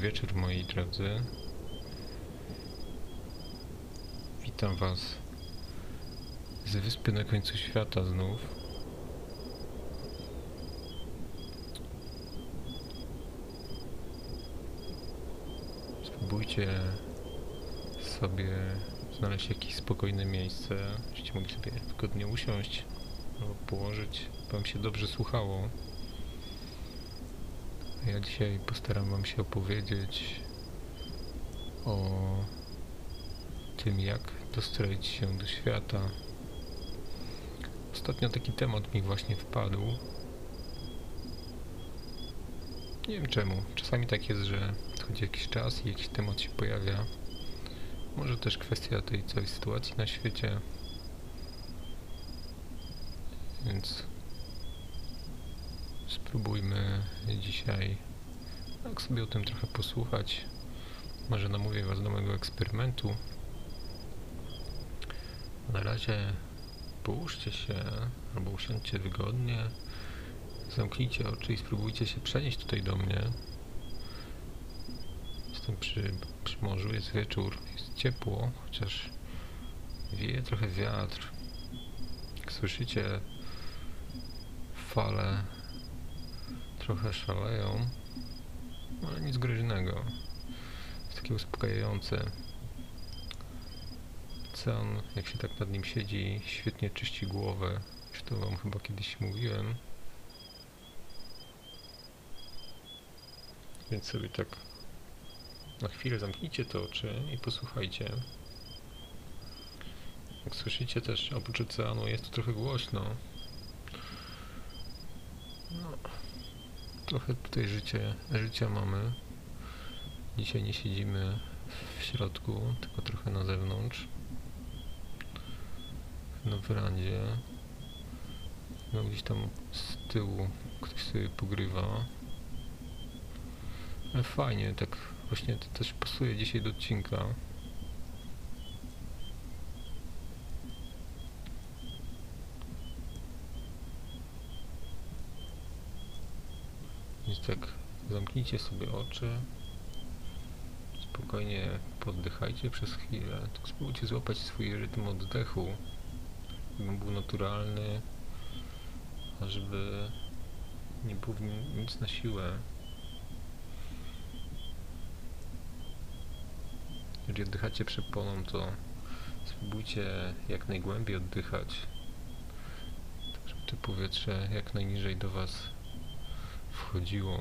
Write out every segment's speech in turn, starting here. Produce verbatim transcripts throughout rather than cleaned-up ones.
wieczór, moi drodzy. Witam was z wyspy na końcu świata znów. Spróbujcie sobie znaleźć jakieś spokojne miejsce, żebyście mogli sobie wygodnie usiąść albo położyć, by wam się dobrze słuchało. Ja dzisiaj postaram wam się opowiedzieć o tym, jak dostroić się do świata. Ostatnio taki temat mi właśnie wpadł. Nie wiem czemu. Czasami tak jest, że chodzi jakiś czas i jakiś temat się pojawia. Może też kwestia tej całej sytuacji na świecie. Więc spróbujmy dzisiaj tak sobie o tym trochę posłuchać. Może namówię was do mojego eksperymentu. Na razie połóżcie się albo usiądźcie wygodnie. Zamknijcie oczy i spróbujcie się przenieść tutaj do mnie. Jestem przy, przy morzu, jest wieczór, jest ciepło, chociaż wieje trochę wiatr. Jak słyszycie, fale trochę szaleją, ale nic groźnego. Jest takie uspokajające. Ocean, jak się tak nad nim siedzi, świetnie czyści głowę. Już to wam chyba kiedyś mówiłem. Więc sobie tak na chwilę zamknijcie te oczy i posłuchajcie. Jak słyszycie też, oprócz oceanu jest to trochę głośno. No, trochę tutaj życie, życia mamy. Dzisiaj nie siedzimy w środku, tylko trochę na zewnątrz. Na werandzie. No gdzieś tam z tyłu ktoś sobie pogrywa. Ale fajnie, tak właśnie to też pasuje dzisiaj do odcinka. Więc tak, zamknijcie sobie oczy. Spokojnie poddychajcie przez chwilę. Tak spróbujcie złapać swój rytm oddechu, żeby on był naturalny, a żeby nie było w nim nic na siłę. Jeżeli oddychacie przeponą, to spróbujcie jak najgłębiej oddychać, tak żeby to powietrze jak najniżej do was wchodziło,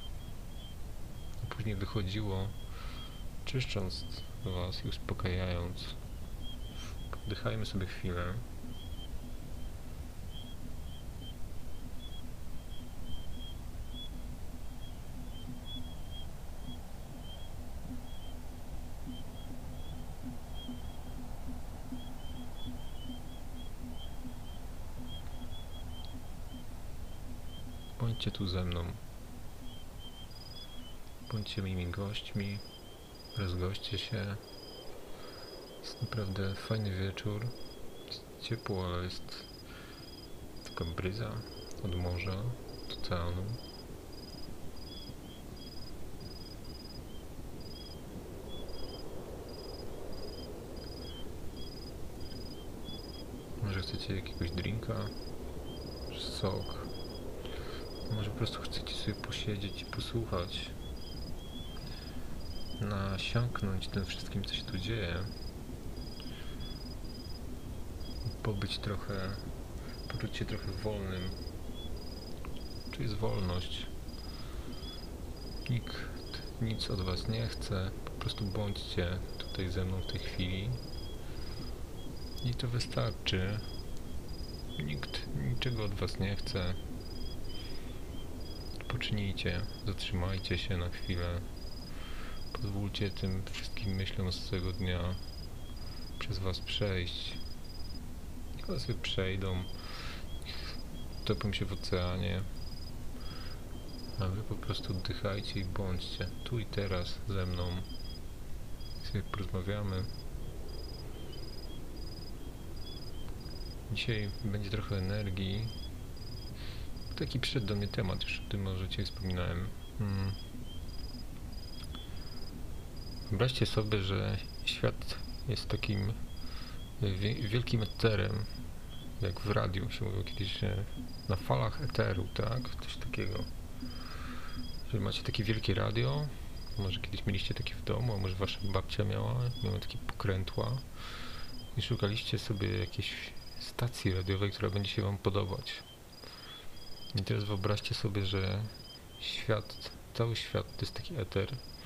a później wychodziło, czyszcząc was i uspokajając. Oddychajmy sobie chwilę. Bądźcie tu ze mną. Bądźcie moimi gośćmi. Rozgośćcie się. Jest naprawdę fajny wieczór. Jest ciepło, ale jest taka bryza od morza, od oceanu. Może chcecie jakiegoś drinka, sok. Może po prostu chcecie sobie posiedzieć i posłuchać. Nasiąknąć tym wszystkim, co się tu dzieje. Pobyć trochę, poczuć się trochę wolnym. Czy jest wolność? Nikt nic od was nie chce. Po prostu bądźcie tutaj ze mną w tej chwili. I to wystarczy. Nikt niczego od was nie chce. Odpocznijcie, zatrzymajcie się na chwilę. Pozwólcie tym wszystkim myślom z całego dnia przez was przejść. Niech one sobie przejdą, topią się w oceanie, a wy po prostu oddychajcie i bądźcie tu i teraz ze mną. I sobie porozmawiamy. Dzisiaj będzie trochę energii. Taki przyszedł do mnie temat, już o tym może cię wspominałem. Hmm. Wyobraźcie sobie, że świat jest takim wie- wielkim eterem, jak w radiu się mówiło kiedyś, że na falach eteru, tak? Coś takiego. Że macie takie wielkie radio, może kiedyś mieliście takie w domu, a może wasza babcia miała, miała takie pokrętła i szukaliście sobie jakiejś stacji radiowej, która będzie się wam podobać. I teraz wyobraźcie sobie, że świat, cały świat to jest taki eter,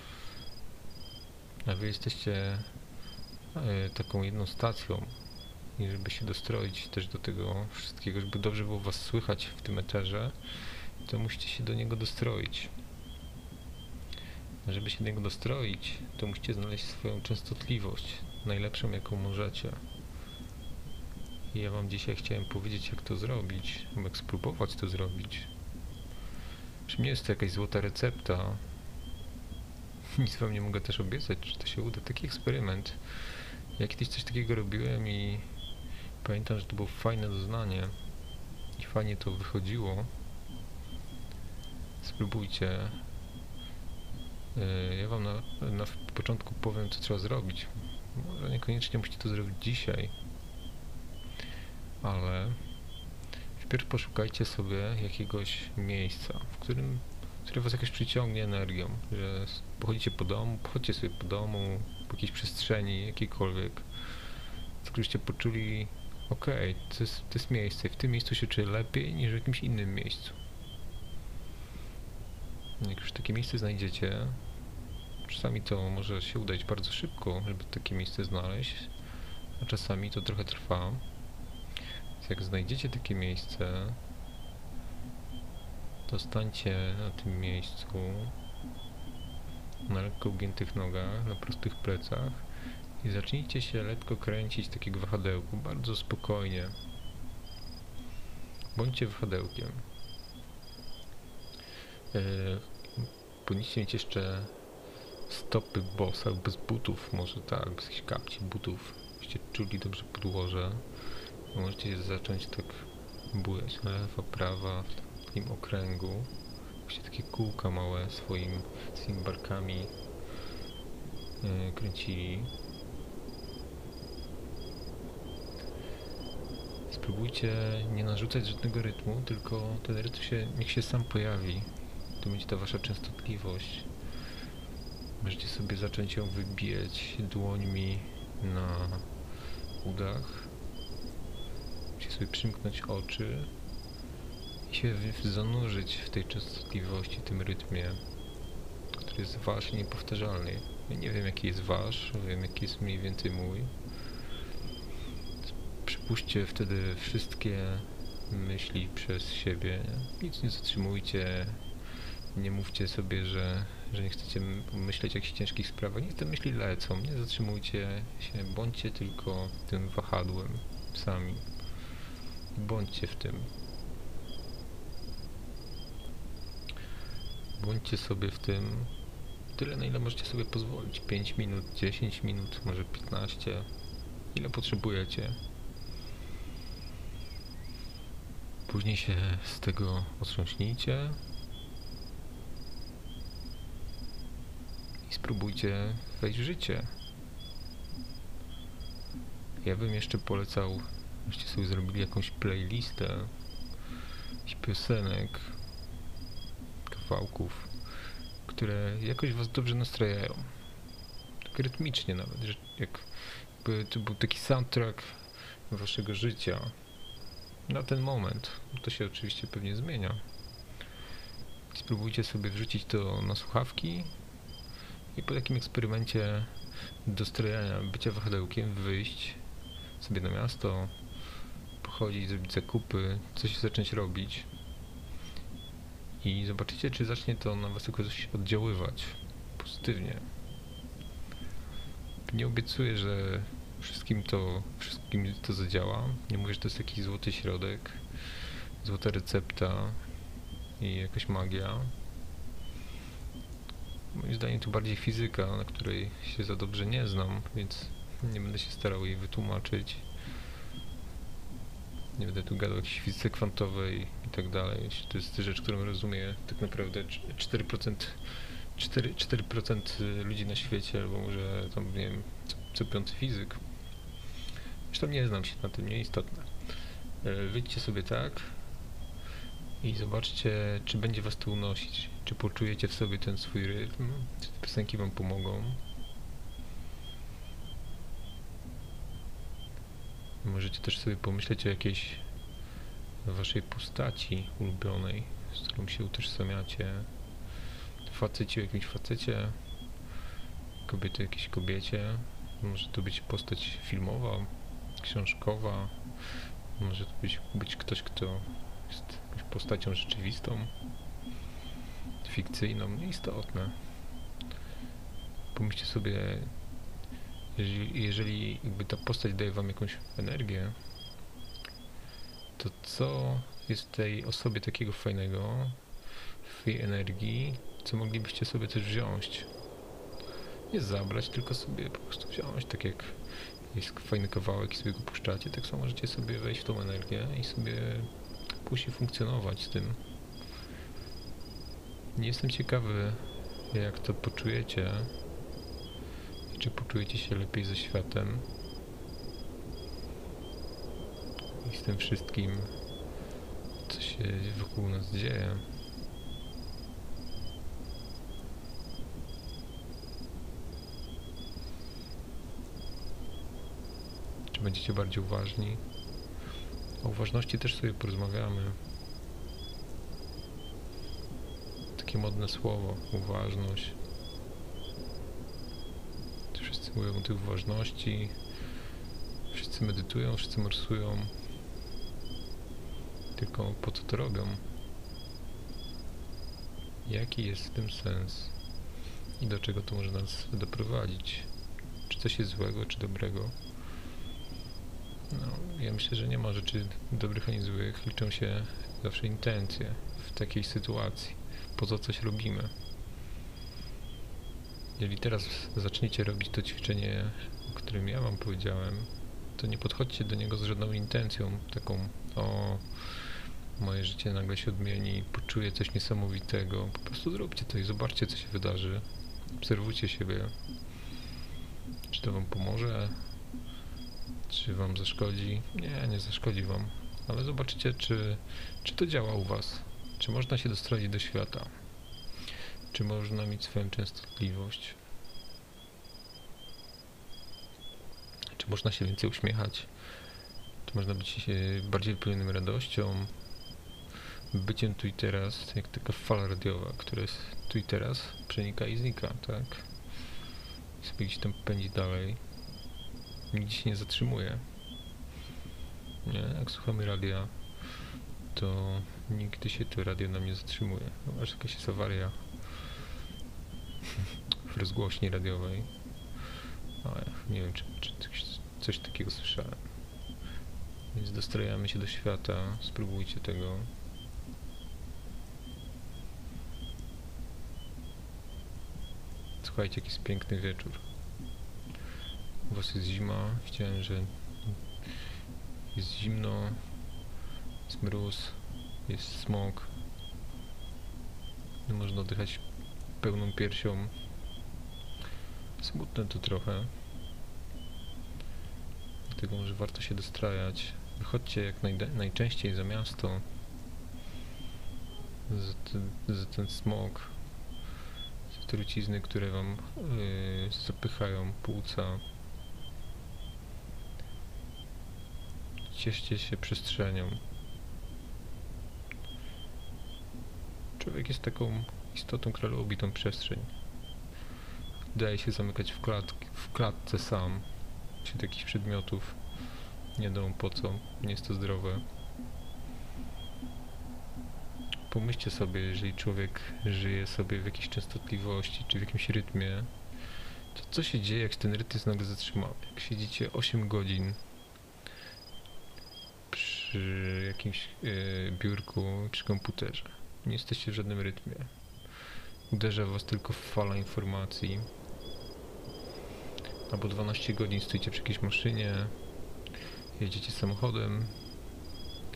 a wy jesteście e, taką jedną stacją i żeby się dostroić też do tego wszystkiego, żeby dobrze było was słychać w tym eterze, to musicie się do niego dostroić. A żeby się do niego dostroić, to musicie znaleźć swoją częstotliwość, najlepszą jaką możecie. I ja wam dzisiaj chciałem powiedzieć, jak to zrobić, albo jak spróbować to zrobić. Czy nie jest to jakaś złota recepta? Nic wam nie mogę też obiecać, czy to się uda. Taki eksperyment. Ja kiedyś coś takiego robiłem i pamiętam, że to było fajne doznanie i fajnie to wychodziło. Spróbujcie. Yy, Ja wam na, na początku powiem, co trzeba zrobić. Może niekoniecznie musicie to zrobić dzisiaj, ale wpierw poszukajcie sobie jakiegoś miejsca, w którym, które was jakoś przyciągnie energią, że pochodzicie po domu, pochodźcie sobie po domu, po jakiejś przestrzeni, jakiejkolwiek, w którymście poczuli, okej, okay, to, jest, to jest miejsce i w tym miejscu się czuję lepiej niż w jakimś innym miejscu. Jak już takie miejsce znajdziecie, czasami to może się udać bardzo szybko, żeby takie miejsce znaleźć, a czasami to trochę trwa. Więc jak znajdziecie takie miejsce, to stańcie na tym miejscu na lekko ugiętych nogach, na prostych plecach i zacznijcie się lekko kręcić takiego wahadełku, bardzo spokojnie. Bądźcie wahadełkiem. Yy, powinniście mieć jeszcze stopy bosa, bez butów, może tak, bez jakichś kapci, butów, byście czuli dobrze podłoże. Możecie się zacząć tak bujać lewa, prawa, w takim okręgu. Byście takie kółka małe swoim, swoimi barkami yy, kręcili. Spróbujcie nie narzucać żadnego rytmu, tylko ten rytm się, niech się sam pojawi. To będzie ta wasza częstotliwość. Możecie sobie zacząć ją wybijać dłońmi na udach. Musicie sobie przymknąć oczy i się zanurzyć w tej częstotliwości, tym rytmie, który jest wasz i niepowtarzalny. Ja nie wiem, jaki jest wasz, wiem, jaki jest mniej więcej mój. Przypuśćcie wtedy wszystkie myśli przez siebie. Nic nie zatrzymujcie. Nie mówcie sobie, że, że nie chcecie myśleć o jakichś ciężkich sprawach. Niech te myśli lecą. Nie zatrzymujcie się. Bądźcie tylko tym wahadłem sami. Bądźcie w tym. Bądźcie sobie w tym tyle, na ile możecie sobie pozwolić. pięć minut, dziesięć minut, może piętnaście. Ile potrzebujecie. Później się z tego otrząśnijcie i spróbujcie wejść w życie. Ja bym jeszcze polecał, żebyście sobie zrobili jakąś playlistę jakichś piosenek, kawałków, które jakoś was dobrze nastrajają. Tak rytmicznie nawet, że jakby to był taki soundtrack waszego życia na ten moment. To się oczywiście pewnie zmienia. Spróbujcie sobie wrzucić to na słuchawki i po takim eksperymencie dostrojenia, bycia wahadełkiem, wyjść sobie na miasto, pochodzić, zrobić zakupy, coś zacząć robić i zobaczycie, czy zacznie to na was jakoś oddziaływać pozytywnie. Nie obiecuję, że wszystkim to, wszystkim to zadziała. Nie mówię, że to jest jakiś złoty środek, złota recepta i jakaś magia. Moim zdaniem to bardziej fizyka, na której się za dobrze nie znam, więc nie będę się starał jej wytłumaczyć. Nie będę tu gadał o jakiejś fizyce kwantowej i tak dalej. To jest rzecz, którą rozumie tak naprawdę cztery procent cztery, cztery procent ludzi na świecie, albo może tam, nie wiem, co, co piąty fizyk. Zresztą nie znam się na tym, nieistotne. E, Wyjdźcie sobie tak i zobaczcie, czy będzie was to unosić. Czy poczujecie w sobie ten swój rytm, czy te piosenki wam pomogą. Możecie też sobie pomyśleć o jakiejś waszej postaci ulubionej, z którą się utożsamiacie. Faceci o jakimś facecie, kobiety o jakiejś kobiecie. Może to być postać filmowa, książkowa. Może to być, być ktoś, kto jest jakąś postacią rzeczywistą, fikcyjną, nieistotne. Pomyślcie sobie, jeżeli, jeżeli jakby ta postać daje wam jakąś energię, to co jest w tej osobie takiego fajnego, w jej energii, co moglibyście sobie też wziąć? Nie zabrać, tylko sobie po prostu wziąć, tak jak jest fajny kawałek i sobie go puszczacie, tak samo możecie sobie wejść w tą energię i sobie pójść i funkcjonować z tym. Nie jestem ciekawy, jak to poczujecie i czy poczujecie się lepiej ze światem i z tym wszystkim, co się wokół nas dzieje. Czy będziecie bardziej uważni? O uważności też sobie porozmawiamy. Takie modne słowo, uważność. Wszyscy mówią o tej uważności. Wszyscy medytują, wszyscy morsują. Tylko po co to robią? Jaki jest w tym sens? I do czego to może nas doprowadzić? Czy coś jest złego, czy dobrego? No, ja myślę, że nie ma rzeczy dobrych ani złych. Liczą się zawsze intencje w takiej sytuacji. Po co coś robimy? Jeżeli teraz zaczniecie robić to ćwiczenie, o którym ja wam powiedziałem, to nie podchodźcie do niego z żadną intencją, taką o moje życie nagle się odmieni, poczuję coś niesamowitego. Po prostu zróbcie to i zobaczcie, co się wydarzy. Obserwujcie siebie. Czy to wam pomoże? Czy wam zaszkodzi? Nie, nie zaszkodzi wam. Ale zobaczcie, czy, czy to działa u was. Czy można się dostroić do świata. Czy można mieć swoją częstotliwość. Czy można się więcej uśmiechać. Czy można być bardziej wypełnionym radością. Byciem tu i teraz, jak taka fala radiowa, która jest tu i teraz, przenika i znika, tak? I sobie gdzieś tam pędzi dalej. Nigdzie się nie zatrzymuje. Nie, jak słuchamy radia, to nigdy się to radio nam nie zatrzymuje. Aż jakaś jest awaria w rozgłośni radiowej. Ale nie wiem, czy, czy coś, coś takiego słyszałem. Więc dostrajamy się do świata, spróbujcie tego. Słuchajcie, jaki jest piękny wieczór. U was jest zima, widziałem, że jest zimno, jest mróz, jest smog. Nie można oddychać pełną piersią. Smutne to trochę. Dlatego może warto się dostrajać. Wychodźcie jak naj, najczęściej za miasto. Za ten, za ten smog. Za trucizny, które wam yy, zapychają płuca. Cieszcie się przestrzenią. Człowiek jest taką istotą, która lubi tą przestrzeń. Daje się zamykać w, klat w klatce sam. Się takich przedmiotów nie wiadomo po co, nie jest to zdrowe. Pomyślcie sobie, jeżeli człowiek żyje sobie w jakiejś częstotliwości, czy w jakimś rytmie, to co się dzieje, jak ten rytm jest nagle zatrzymany? Jak siedzicie osiem godzin przy jakimś yy, biurku czy komputerze, nie jesteście w żadnym rytmie. Uderza was tylko fala informacji. Albo dwanaście godzin stoicie przy jakiejś maszynie, jedziecie samochodem,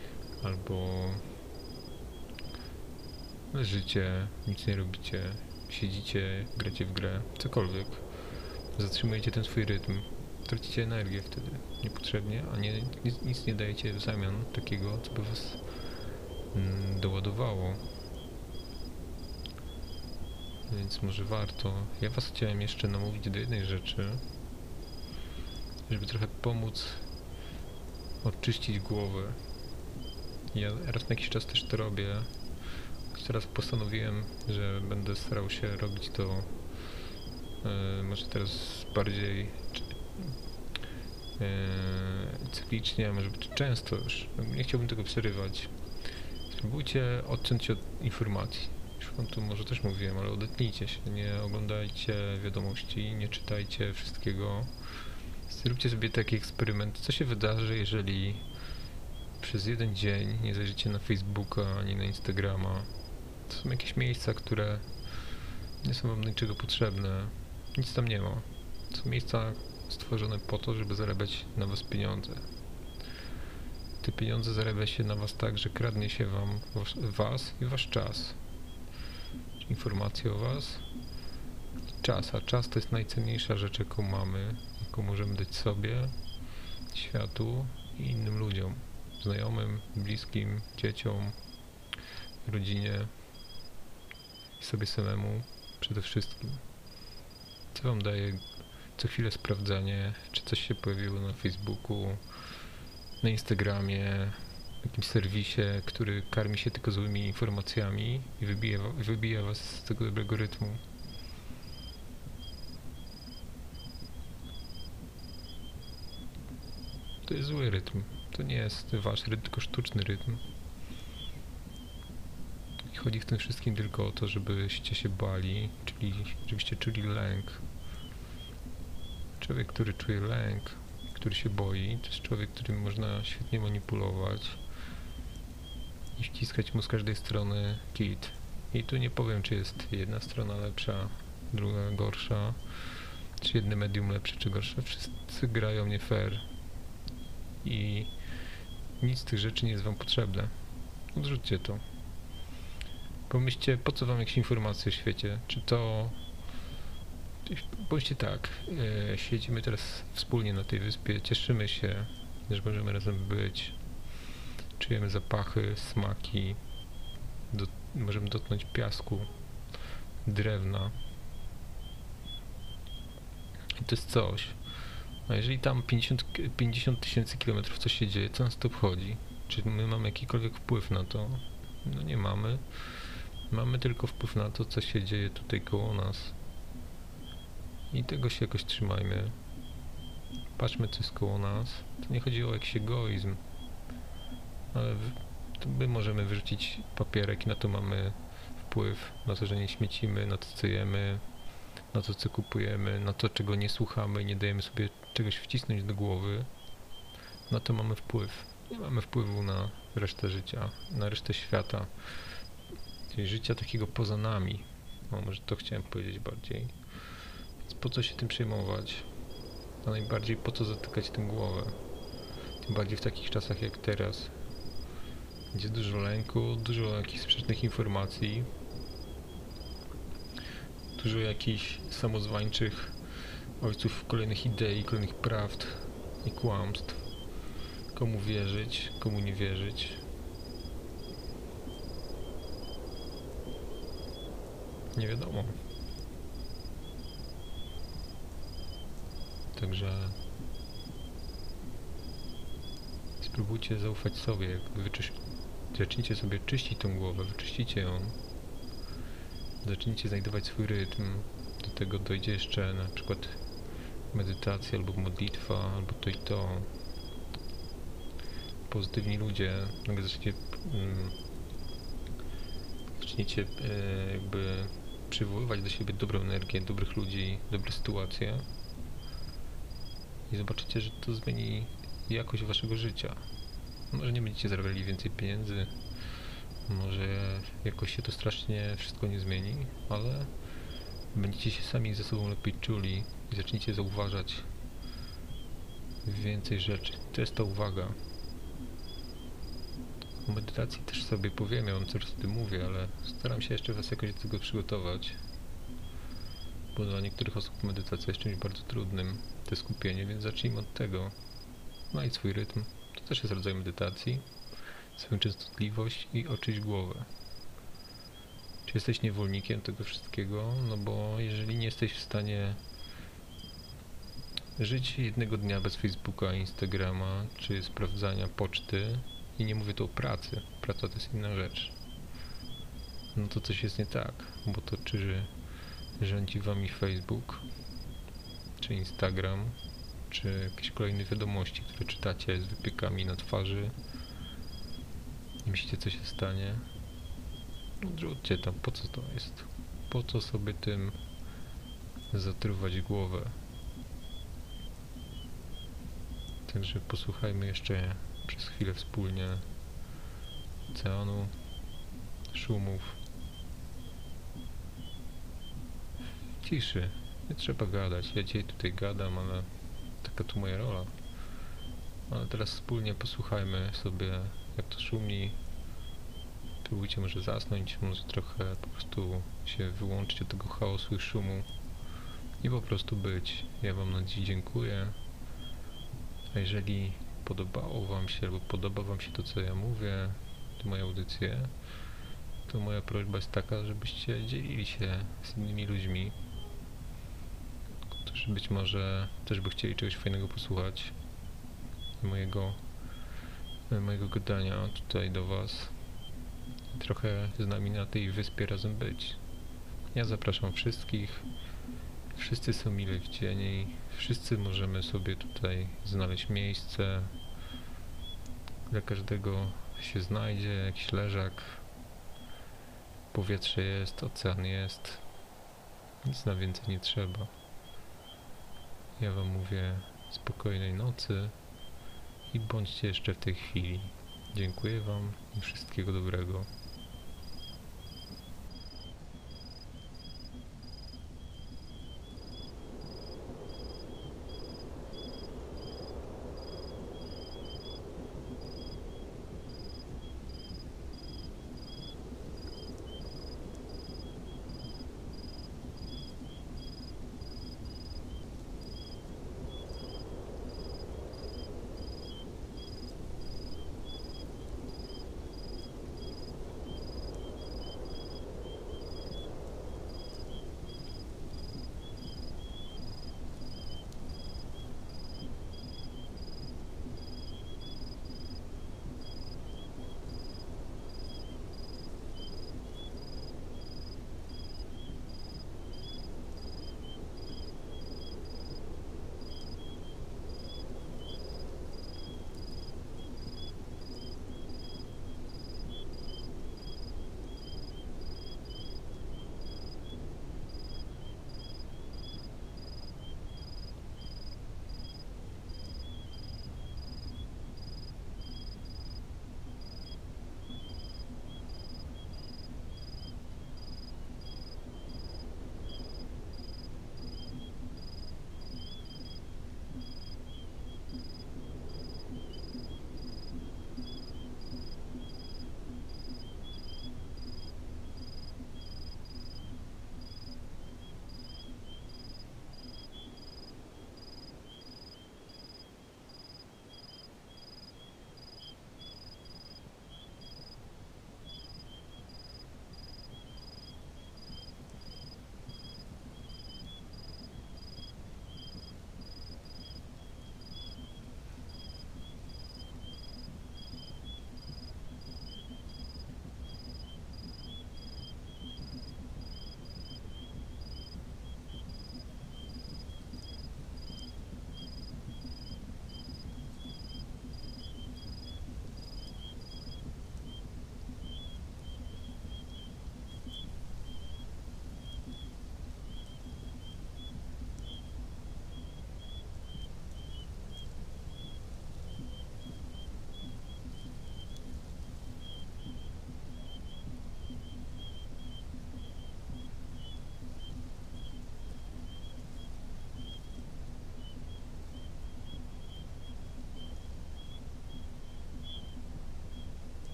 albo leżycie, nic nie robicie siedzicie, gracie w grę, cokolwiek, zatrzymujecie ten swój rytm, tracicie energię wtedy niepotrzebnie, a nie, nic, nic nie dajecie w zamian takiego, co by was mm, doładowało. Więc może warto. Ja was chciałem jeszcze namówić do jednej rzeczy, żeby trochę pomóc oczyścić głowę. Ja raz na jakiś czas też to robię. Teraz postanowiłem, że będę starał się robić to yy, może teraz bardziej czy, yy, cyklicznie, a może być często już. Nie chciałbym tego przerywać. Spróbujcie odciąć się od informacji. Już wam tu może też mówiłem, ale odetnijcie się. Nie oglądajcie wiadomości, nie czytajcie wszystkiego. Zróbcie sobie taki eksperyment. Co się wydarzy, jeżeli przez jeden dzień nie zajrzycie na Facebooka ani na Instagrama? To są jakieś miejsca, które nie są wam do niczego potrzebne. Nic tam nie ma. To są miejsca stworzone po to, żeby zarabiać na was pieniądze. Te pieniądze zarabia się na was tak, że kradnie się wam was, was i wasz czas. Informacje o was i czas, a czas to jest najcenniejsza rzecz, jaką mamy, jaką możemy dać sobie, światu i innym ludziom, znajomym, bliskim, dzieciom, rodzinie i sobie samemu przede wszystkim. Co wam daje co chwilę sprawdzanie, czy coś się pojawiło na Facebooku, na Instagramie, w jakimś serwisie, który karmi się tylko złymi informacjami i wybija, wybija was z tego dobrego rytmu. To jest zły rytm. To nie jest wasz rytm, tylko sztuczny rytm. I chodzi w tym wszystkim tylko o to, żebyście się bali, czyli żebyście czuli lęk. Człowiek, który czuje lęk, który się boi, to jest człowiek, którym można świetnie manipulować i wciskać mu z każdej strony kit. I tu nie powiem, czy jest jedna strona lepsza, druga gorsza, czy jedno medium lepsze, czy gorsze. Wszyscy grają nie fair i nic z tych rzeczy nie jest wam potrzebne. Odrzućcie to. Pomyślcie, po co wam jakieś informacje w świecie? Czy to... Bądźcie tak, e, siedzimy teraz wspólnie na tej wyspie, cieszymy się, że możemy razem być, czujemy zapachy, smaki, do, możemy dotknąć piasku, drewna. I to jest coś. A jeżeli tam pięćdziesiąt tysięcy kilometrów coś się dzieje, co nas to obchodzi? Czy my mamy jakikolwiek wpływ na to? No nie mamy. Mamy tylko wpływ na to, co się dzieje tutaj koło nas. I tego się jakoś trzymajmy. Patrzmy, co jest koło nas. To nie chodzi o jakiś egoizm, ale w, to my możemy wyrzucić papierek i na to mamy wpływ. Na to, że nie śmiecimy, na to, co jemy, na to, co kupujemy, na to, czego nie słuchamy i nie dajemy sobie czegoś wcisnąć do głowy. Na to mamy wpływ. Nie mamy wpływu na resztę życia, na resztę świata. Czyli życia takiego poza nami. No, może to chciałem powiedzieć bardziej. Więc po co się tym przejmować? A najbardziej po co zatykać tym głowę? Tym bardziej w takich czasach jak teraz, gdzie dużo lęku, dużo jakichś sprzecznych informacji, dużo jakichś samozwańczych ojców kolejnych idei, kolejnych prawd i kłamstw. Komu wierzyć, komu nie wierzyć. Nie wiadomo. Także spróbujcie zaufać sobie, jakby wyczyś... zacznijcie sobie czyścić tą głowę, wyczyścicie ją. Zacznijcie znajdować swój rytm. Do tego dojdzie jeszcze na przykład medytacja albo modlitwa, albo to i to. Pozytywni ludzie, nagle zaczniecie, mm, zaczniecie e, jakby przywoływać do siebie dobrą energię, dobrych ludzi, dobre sytuacje i zobaczycie, że to zmieni jakość waszego życia. Może nie będziecie zarabiali więcej pieniędzy, może jakoś się to strasznie wszystko nie zmieni, ale będziecie się sami ze sobą lepiej czuli i zaczniecie zauważać więcej rzeczy. To jest ta uwaga. O medytacji też sobie powiem, ja wam coraz o tym mówię, ale staram się jeszcze was jakoś do tego przygotować. bo dla niektórych osób medytacja jest czymś bardzo trudnym, to skupienie, więc zacznijmy od tego. Znajdź swój rytm, to też jest rodzaj medytacji, swoją częstotliwość i oczyść głowę. Czy jesteś niewolnikiem tego wszystkiego? No bo jeżeli nie jesteś w stanie żyć jednego dnia bez Facebooka, Instagrama, czy sprawdzania poczty, i nie mówię tu o pracy, praca to jest inna rzecz, no to coś jest nie tak, bo to czy rządzi wami Facebook, czy Instagram, czy jakieś kolejne wiadomości, które czytacie z wypiekami na twarzy i myślicie, co się stanie, no odrzućcie tam, po co to jest? Po co sobie tym zatruwać głowę? Także posłuchajmy jeszcze przez chwilę wspólnie oceanu, szumów, ciszy. Nie trzeba gadać, ja dzisiaj tutaj gadam, ale taka tu moja rola. Ale teraz wspólnie posłuchajmy sobie, jak to szumi. Próbujcie może zasnąć, może trochę po prostu się wyłączyć od tego chaosu i szumu i po prostu być. Ja wam na dziś dziękuję. A jeżeli podobało wam się, albo podoba wam się to, co ja mówię, te moje audycje, to moja prośba jest taka, żebyście dzielili się z innymi ludźmi, którzy być może też by chcieli czegoś fajnego posłuchać mojego, mojego gadania tutaj do was. Trochę z nami na tej wyspie razem być. Ja zapraszam wszystkich. Wszyscy są mile widziani. Wszyscy możemy sobie tutaj znaleźć miejsce. Dla każdego się znajdzie jakiś leżak. Powietrze jest, ocean jest. Nic na więcej nie trzeba. Ja wam mówię spokojnej nocy i bądźcie jeszcze w tej chwili. Dziękuję wam i wszystkiego dobrego.